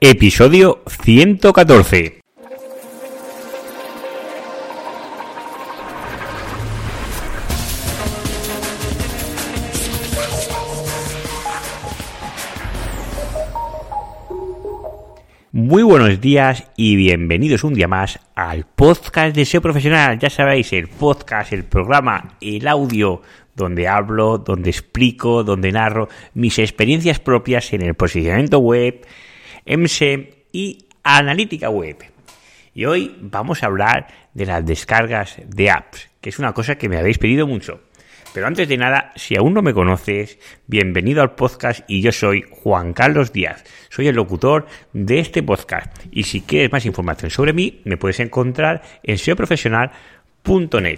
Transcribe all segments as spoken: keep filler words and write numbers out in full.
Episodio ciento catorce. Muy buenos días y bienvenidos un día más al podcast de S E O Profesional. Ya sabéis, el podcast, el programa, el audio donde hablo, donde explico, donde narro mis experiencias propias en el posicionamiento web, M S E M y analítica web. Y hoy vamos a hablar de las descargas de apps, que es una cosa que me habéis pedido mucho. Pero antes de nada, si aún no me conoces, bienvenido al podcast y yo soy Juan Carlos Díaz. Soy el locutor de este podcast y si quieres más información sobre mí, me puedes encontrar en S E O profesional punto net.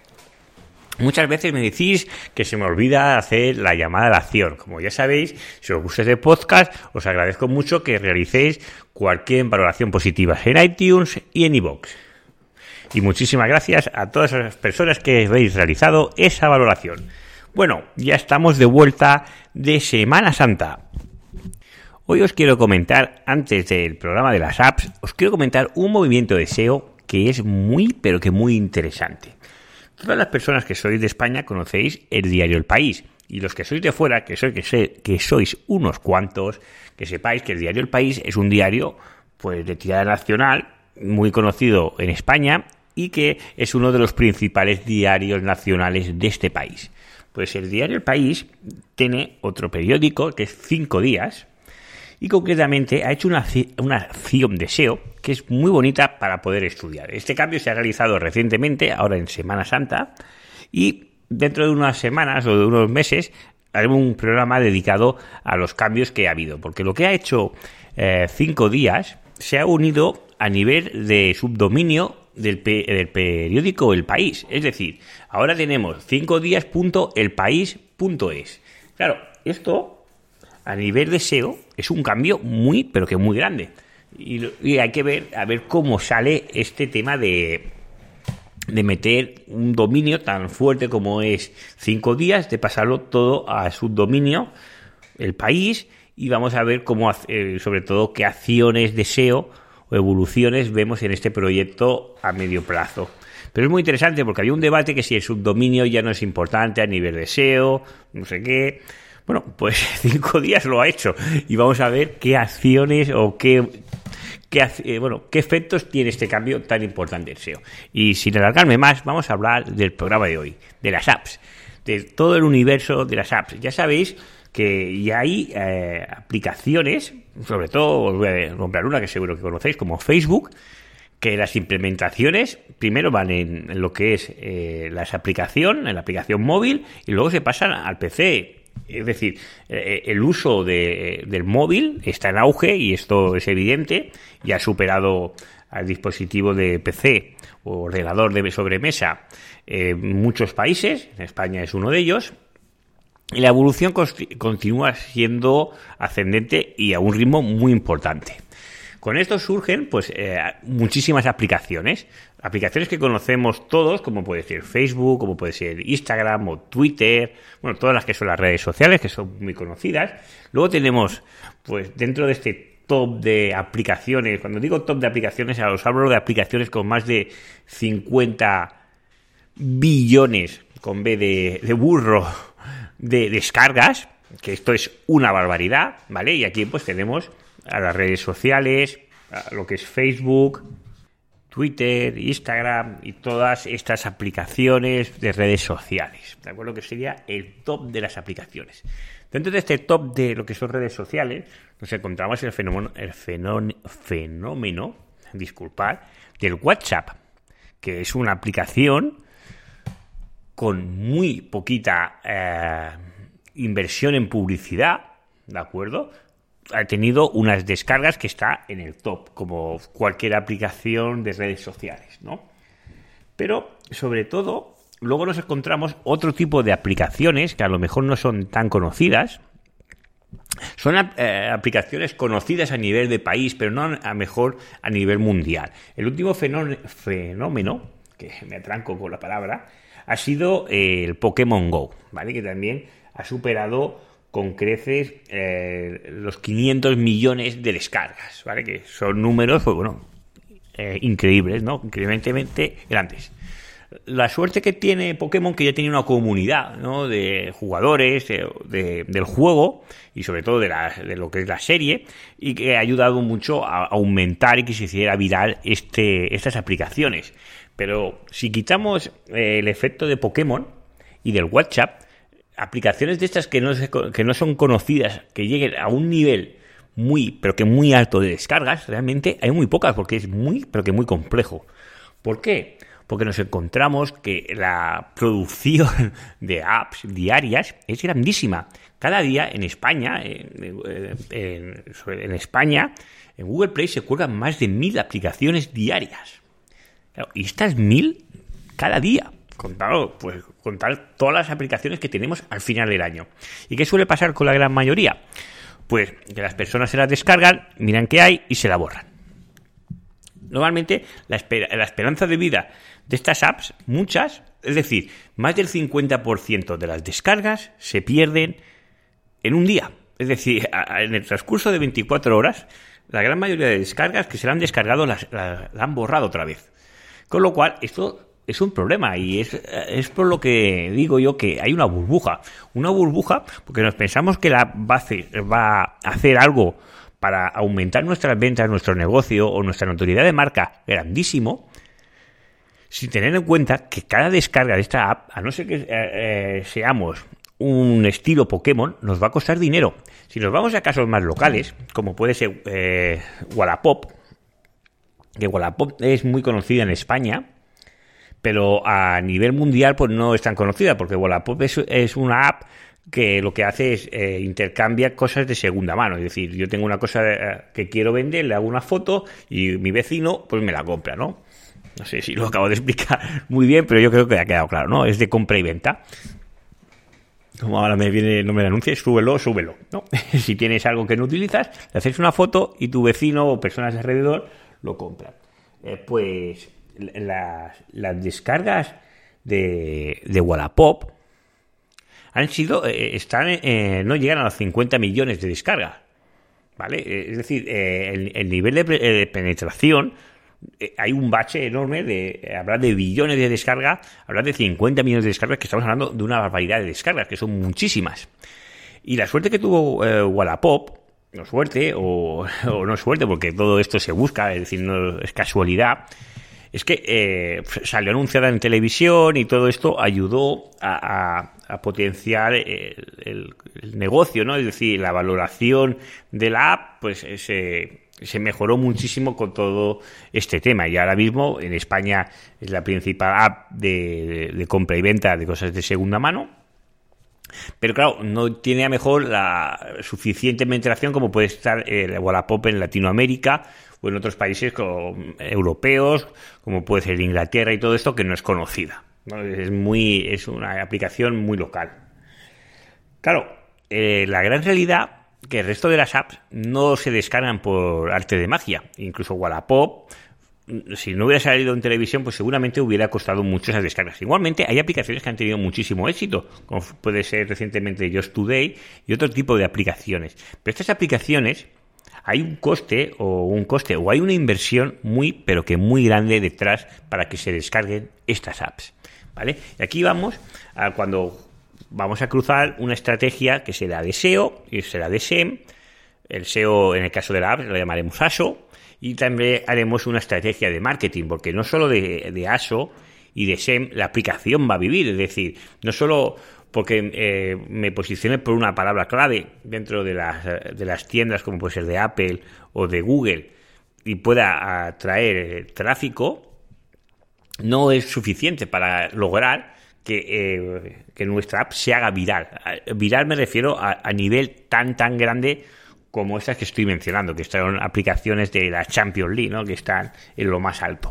Muchas veces me decís que se me olvida hacer la llamada a la acción. Como ya sabéis, si os gusta este podcast, os agradezco mucho que realicéis cualquier valoración positiva en iTunes y en iVoox. Y muchísimas gracias a todas las personas que habéis realizado esa valoración. Bueno, ya estamos de vuelta de Semana Santa. Hoy os quiero comentar, antes del programa de las apps, os quiero comentar un movimiento de S E O que es muy, pero que muy interesante. Todas las personas que sois de España conocéis el diario El País. Y los que sois de fuera, que, soy, que, sé, que sois unos cuantos, que sepáis que el diario El País es un diario pues de tirada nacional, muy conocido en España, y que es uno de los principales diarios nacionales de este país. Pues el diario El País tiene otro periódico que es Cinco Días y concretamente ha hecho una, una acción de S E O que es muy bonita para poder estudiar. Este cambio se ha realizado recientemente, ahora en Semana Santa, y dentro de unas semanas o de unos meses haremos un programa dedicado a los cambios que ha habido, porque lo que ha hecho eh, Cinco Días se ha unido a nivel de subdominio Del, pe- del periódico El País. Es decir, ahora tenemos cinco días punto el país punto es. Claro, esto a nivel de S E O es un cambio muy, pero que muy grande. Y, y hay que ver a ver cómo sale este tema de, de meter un dominio tan fuerte como es cinco días, de pasarlo todo a subdominio El País, y vamos a ver cómo, eh, sobre todo, qué acciones de S E O o evoluciones vemos en este proyecto a medio plazo. Pero es muy interesante porque había un debate que si el subdominio ya no es importante a nivel de S E O, no sé qué. Bueno, pues Cinco Días lo ha hecho y vamos a ver qué acciones o qué, qué, eh, bueno, qué efectos tiene este cambio tan importante en S E O. Y sin alargarme más, vamos a hablar del programa de hoy, de las apps, de todo el universo de las apps. Ya sabéis que ya hay eh, aplicaciones, sobre todo os voy a nombrar una que seguro que conocéis, como Facebook, que las implementaciones primero van en, en lo que es eh, las aplicación, en la aplicación móvil, y luego se pasan al P C. Es decir, eh, el uso de, del móvil está en auge y esto es evidente, y ha superado al dispositivo de P C o ordenador de sobremesa en eh, muchos países. En España es uno de ellos. Y la evolución continúa siendo ascendente y a un ritmo muy importante. Con esto surgen pues eh, muchísimas aplicaciones, aplicaciones que conocemos todos, como puede ser Facebook, como puede ser Instagram o Twitter, bueno, todas las que son las redes sociales, que son muy conocidas. Luego tenemos, pues dentro de este top de aplicaciones, cuando digo top de aplicaciones, os hablo de aplicaciones con más de cincuenta billones, con B de, de burro, de descargas, que esto es una barbaridad, ¿vale? Y aquí pues tenemos a las redes sociales, a lo que es Facebook, Twitter, Instagram y todas estas aplicaciones de redes sociales, ¿de acuerdo? Que sería el top de las aplicaciones. Dentro de este top de lo que son redes sociales nos encontramos el fenómeno, el fenómeno, fenómeno disculpad, del WhatsApp, que es una aplicación con muy poquita eh, inversión en publicidad, ¿de acuerdo? Ha tenido unas descargas que está en el top, como cualquier aplicación de redes sociales, ¿no? Pero, sobre todo, luego nos encontramos otro tipo de aplicaciones que a lo mejor no son tan conocidas. Son eh, aplicaciones conocidas a nivel de país, pero no a mejor a nivel mundial. El último fenómeno, fenómeno que me atranco con la palabra, ha sido eh, el Pokémon Go, ¿vale? Que también ha superado con creces eh, los quinientos millones de descargas, ¿vale? Que son números, pues bueno, eh, increíbles, ¿no? Increíblemente grandes. La suerte que tiene Pokémon, que ya tiene una comunidad, ¿no? De jugadores de, de, del juego y sobre todo de, la, de lo que es la serie, y que ha ayudado mucho a aumentar y que se hiciera viral este, estas aplicaciones. Pero si quitamos eh, el efecto de Pokémon y del WhatsApp, aplicaciones de estas que no, se, que no son conocidas, que lleguen a un nivel muy, pero que muy alto de descargas, realmente hay muy pocas, porque es muy, pero que muy complejo. ¿Por qué? Porque nos encontramos que la producción de apps diarias es grandísima. Cada día en España, en, en, en España, en Google Play se cuelgan más de mil aplicaciones diarias. Claro, y estas mil cada día. Contar, pues, contar todas las aplicaciones que tenemos al final del año. ¿Y qué suele pasar con la gran mayoría? Pues que las personas se las descargan, miran qué hay y se la borran. Normalmente la, esper- la esperanza de vida de estas apps, muchas, es decir, más del cincuenta por ciento de las descargas se pierden en un día. Es decir, a- en el transcurso de veinticuatro horas, la gran mayoría de descargas que se la han descargado las, las, la han borrado otra vez. Con lo cual, esto es un problema y es, es por lo que digo yo que hay una burbuja. Una burbuja porque nos pensamos que la va a hacer, va a hacer algo para aumentar nuestras ventas, nuestro negocio o nuestra notoriedad de marca grandísimo, sin tener en cuenta que cada descarga de esta app, a no ser que eh, eh, seamos un estilo Pokémon, nos va a costar dinero. Si nos vamos a casos más locales, como puede ser eh, Wallapop, que Wallapop es muy conocida en España, pero a nivel mundial pues no es tan conocida, porque Wallapop es, es una app que lo que hace es eh, intercambia cosas de segunda mano. Es decir, yo tengo una cosa eh, que quiero vender, le hago una foto y mi vecino pues me la compra, ¿no? No sé si lo acabo de explicar muy bien, pero yo creo que ha quedado claro, ¿no? Es de compra y venta. Como ahora me viene, no me lo anuncies, súbelo, súbelo, ¿no? Si tienes algo que no utilizas, le haces una foto y tu vecino o personas de alrededor lo compran. Eh, pues las, las descargas de, de Wallapop han sido, eh, están, eh, no llegan a los cincuenta millones de descargas, ¿vale? Eh, es decir, eh, el, el nivel de, pre- de penetración, eh, hay un bache enorme de eh, hablar de billones de descargas, hablar de cincuenta millones de descargas, que estamos hablando de una barbaridad de descargas, que son muchísimas. Y la suerte que tuvo eh, Wallapop, no suerte, o, o no suerte, porque todo esto se busca, es decir, no es casualidad, es que eh, salió anunciada en televisión y todo esto ayudó a, a, a potenciar el, el, el negocio, ¿no? Es decir, la valoración de la app pues se, se mejoró muchísimo con todo este tema. Y ahora mismo en España es la principal app de, de, de compra y venta de cosas de segunda mano. Pero claro, no tiene a mejor la suficiente penetración como puede estar el Wallapop en Latinoamérica o en otros países como europeos, como puede ser Inglaterra y todo esto, que no es conocida, ¿no? Es muy, es una aplicación muy local. Claro, eh, la gran realidad que el resto de las apps no se descargan por arte de magia. Incluso Wallapop, si no hubiera salido en televisión, pues seguramente hubiera costado mucho esas descargas. Igualmente, hay aplicaciones que han tenido muchísimo éxito, como puede ser recientemente Just Today y otro tipo de aplicaciones. Pero estas aplicaciones, hay un coste o un coste o hay una inversión muy, pero que muy grande detrás para que se descarguen estas apps, ¿vale? Y aquí vamos a cuando vamos a cruzar una estrategia que será de S E O y será de S E M. El S E O, en el caso de la app, lo llamaremos A S O. Y también haremos una estrategia de marketing, porque no solo de, de A S O y de S E M la aplicación va a vivir, es decir, no solo porque eh, me posicione por una palabra clave dentro de las, de las tiendas como puede ser de Apple o de Google y pueda atraer tráfico, no es suficiente para lograr que, eh, que nuestra app se haga viral. Viral me refiero a, a nivel tan tan grande como estas que estoy mencionando, que son aplicaciones de la Champions League, ¿no? Que están en lo más alto.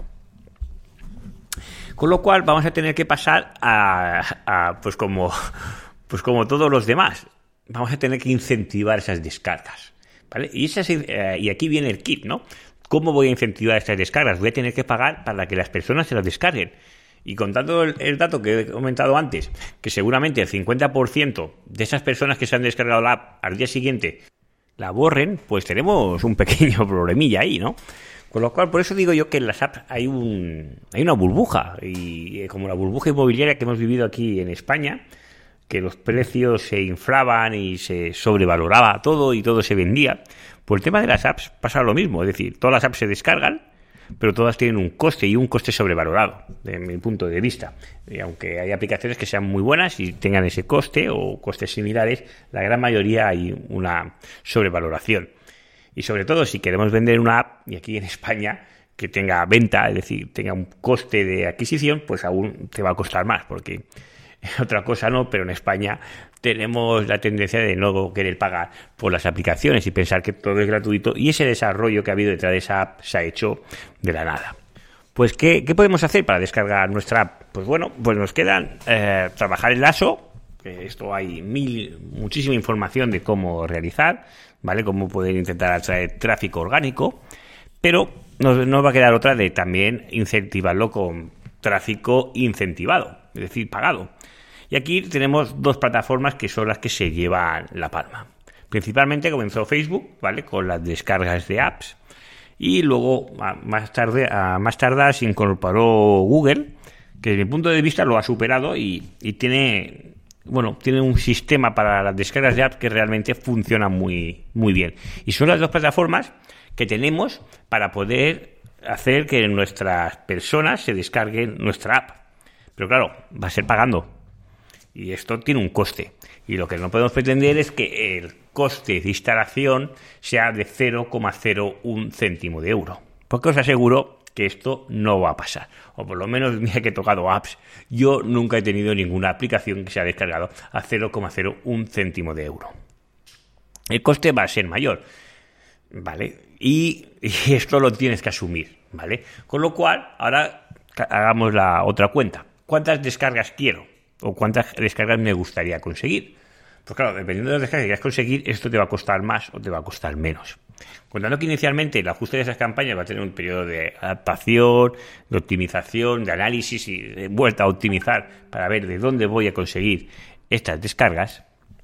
Con lo cual vamos a tener que pasar a, a pues como pues como todos los demás, vamos a tener que incentivar esas descargas, ¿vale? Y esas, eh, y aquí viene el kit, ¿no? ¿Cómo voy a incentivar estas descargas? Voy a tener que pagar para que las personas se las descarguen. Y contando el, el dato que he comentado antes, que seguramente el cincuenta por ciento de esas personas que se han descargado la app al día siguiente la borren, pues tenemos un pequeño problemilla ahí, ¿no? Con lo cual, por eso digo yo que en las apps hay un hay una burbuja, y como la burbuja inmobiliaria que hemos vivido aquí en España, que los precios se inflaban y se sobrevaloraba todo y todo se vendía, pues el tema de las apps pasa lo mismo, es decir, todas las apps se descargan, pero todas tienen un coste y un coste sobrevalorado, desde mi punto de vista. Y aunque hay aplicaciones que sean muy buenas y tengan ese coste o costes similares, la gran mayoría hay una sobrevaloración. Y sobre todo si queremos vender una app, y aquí en España, que tenga venta, es decir, tenga un coste de adquisición, pues aún te va a costar más, porque otra cosa no, pero en España tenemos la tendencia de no querer pagar por las aplicaciones y pensar que todo es gratuito, y ese desarrollo que ha habido detrás de esa app se ha hecho de la nada. Pues, ¿qué, qué podemos hacer para descargar nuestra app? Pues bueno, pues nos quedan eh, trabajar el lazo, que esto hay mil, muchísima información de cómo realizar, ¿vale? Cómo poder intentar atraer tráfico orgánico, pero nos, nos va a quedar otra de también incentivarlo con tráfico incentivado, es decir, pagado. Y aquí tenemos dos plataformas que son las que se llevan la palma. Principalmente comenzó Facebook, ¿vale? Con las descargas de apps. Y luego, más tarde, a más tardar, se incorporó Google, que desde mi punto de vista lo ha superado y, y tiene, bueno, tiene un sistema para las descargas de apps que realmente funciona muy, muy bien. Y son las dos plataformas que tenemos para poder hacer que nuestras personas se descarguen nuestra app. Pero claro, va a ser pagando. Y esto tiene un coste. Y lo que no podemos pretender es que el coste de instalación sea de cero coma cero uno céntimo de euro. Porque os aseguro que esto no va a pasar. O por lo menos, mira que he tocado apps, yo nunca he tenido ninguna aplicación que se ha descargado a cero coma cero uno céntimo de euro. El coste va a ser mayor, ¿vale? Y, y esto lo tienes que asumir, ¿vale? Con lo cual, ahora hagamos la otra cuenta. ¿Cuántas descargas quiero? ¿O cuántas descargas me gustaría conseguir? Pues claro, dependiendo de las descargas que quieras conseguir, esto te va a costar más o te va a costar menos. Contando que inicialmente el ajuste de esas campañas va a tener un periodo de adaptación, de optimización, de análisis y de vuelta a optimizar para ver de dónde voy a conseguir estas descargas,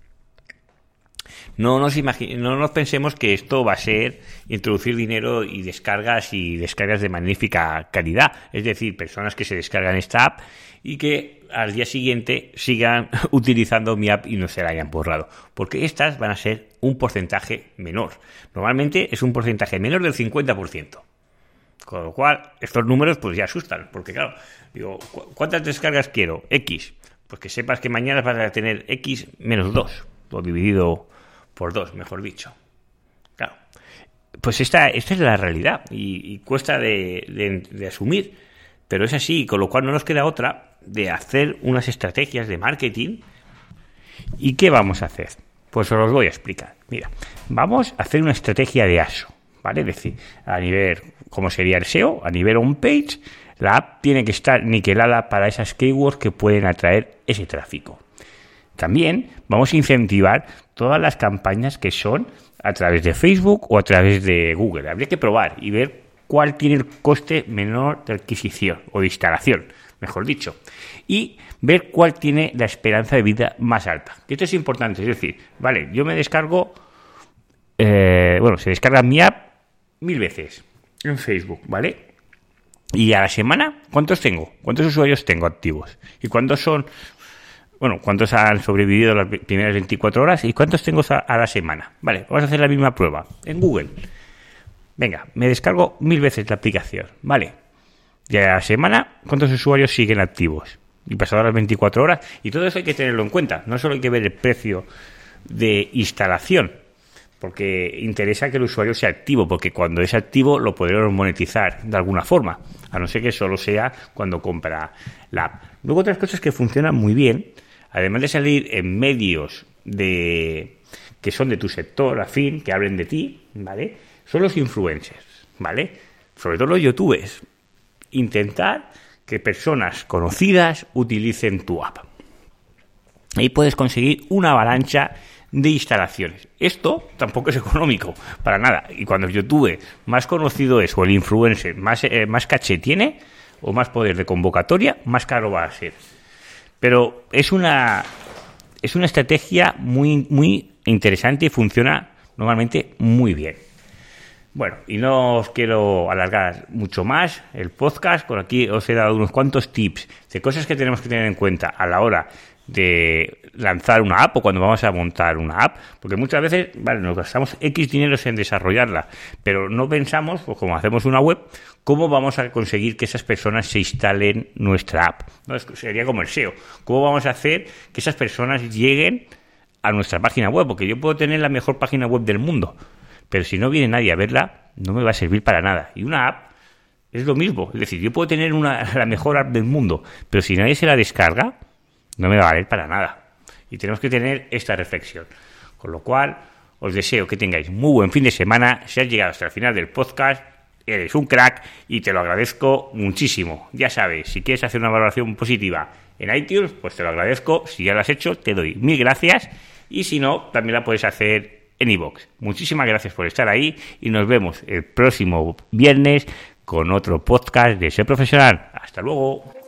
no nos imagi- no nos pensemos que esto va a ser introducir dinero y descargas y descargas de magnífica calidad. Es decir, personas que se descargan esta app y que al día siguiente sigan utilizando mi app y no se la hayan borrado. Porque estas van a ser un porcentaje menor. Normalmente es un porcentaje menor del cincuenta por ciento. Con lo cual, estos números pues ya asustan. Porque claro, digo, ¿cuántas descargas quiero? X. Pues que sepas que mañana vas a tener X menos dos. O dividido por dos, mejor dicho. Claro. Pues esta, esta es la realidad y, y cuesta de, de, de asumir, pero es así, con lo cual no nos queda otra de hacer unas estrategias de marketing. ¿Y qué vamos a hacer? Pues os los voy a explicar. Mira, vamos a hacer una estrategia de A S O, ¿vale? Es decir, a nivel, como sería el S E O, a nivel on-page, la app tiene que estar niquelada para esas keywords que pueden atraer ese tráfico. También vamos a incentivar todas las campañas que son a través de Facebook o a través de Google. Habría que probar y ver cuál tiene el coste menor de adquisición o de instalación, mejor dicho. Y ver cuál tiene la esperanza de vida más alta. Esto es importante, es decir, vale, yo me descargo, eh, bueno, se descarga mi app mil veces en Facebook, ¿vale? Y a la semana, ¿cuántos tengo? ¿Cuántos usuarios tengo activos? ¿Y cuántos son... Bueno, ¿cuántos han sobrevivido las primeras veinticuatro horas? ¿Y cuántos tengo a la semana? Vale, vamos a hacer la misma prueba en Google. Venga, me descargo mil veces la aplicación. Vale. Y a la semana, ¿cuántos usuarios siguen activos? Y pasadas las veinticuatro horas. Y todo eso hay que tenerlo en cuenta. No solo hay que ver el precio de instalación, porque interesa que el usuario sea activo, porque cuando es activo lo podremos monetizar de alguna forma, a no ser que solo sea cuando compra la app. Luego otras cosas que funcionan muy bien, además de salir en medios de que son de tu sector afín, que hablen de ti, ¿vale? Son los influencers, ¿vale? Sobre todo los youtubers. Intentar que personas conocidas utilicen tu app. Ahí puedes conseguir una avalancha de instalaciones. Esto tampoco es económico, para nada. Y cuando el youtuber más conocido es, o el influencer más, eh, más caché tiene, o más poder de convocatoria, más caro va a ser. Pero es una es una estrategia muy muy interesante y funciona normalmente muy bien. Bueno, y no os quiero alargar mucho más el podcast. Por aquí os he dado unos cuantos tips de cosas que tenemos que tener en cuenta a la hora de lanzar una app o cuando vamos a montar una app, porque muchas veces, vale, nos gastamos X dineros en desarrollarla, pero no pensamos, pues como hacemos una web, cómo vamos a conseguir que esas personas se instalen nuestra app, ¿no? Sería como el S E O. ¿Cómo vamos a hacer que esas personas lleguen a nuestra página web? Porque yo puedo tener la mejor página web del mundo, pero si no viene nadie a verla, no me va a servir para nada. Y una app es lo mismo. Es decir, yo puedo tener una, la mejor app del mundo, pero si nadie se la descarga, no me va a valer para nada. Y tenemos que tener esta reflexión. Con lo cual, os deseo que tengáis muy buen fin de semana. Si has llegado hasta el final del podcast, eres un crack y te lo agradezco muchísimo. Ya sabes, si quieres hacer una valoración positiva en iTunes, pues te lo agradezco. Si ya lo has hecho, te doy mil gracias. Y si no, también la puedes hacer en iVoox. Muchísimas gracias por estar ahí y nos vemos el próximo viernes con otro podcast de Ser Profesional. Hasta luego.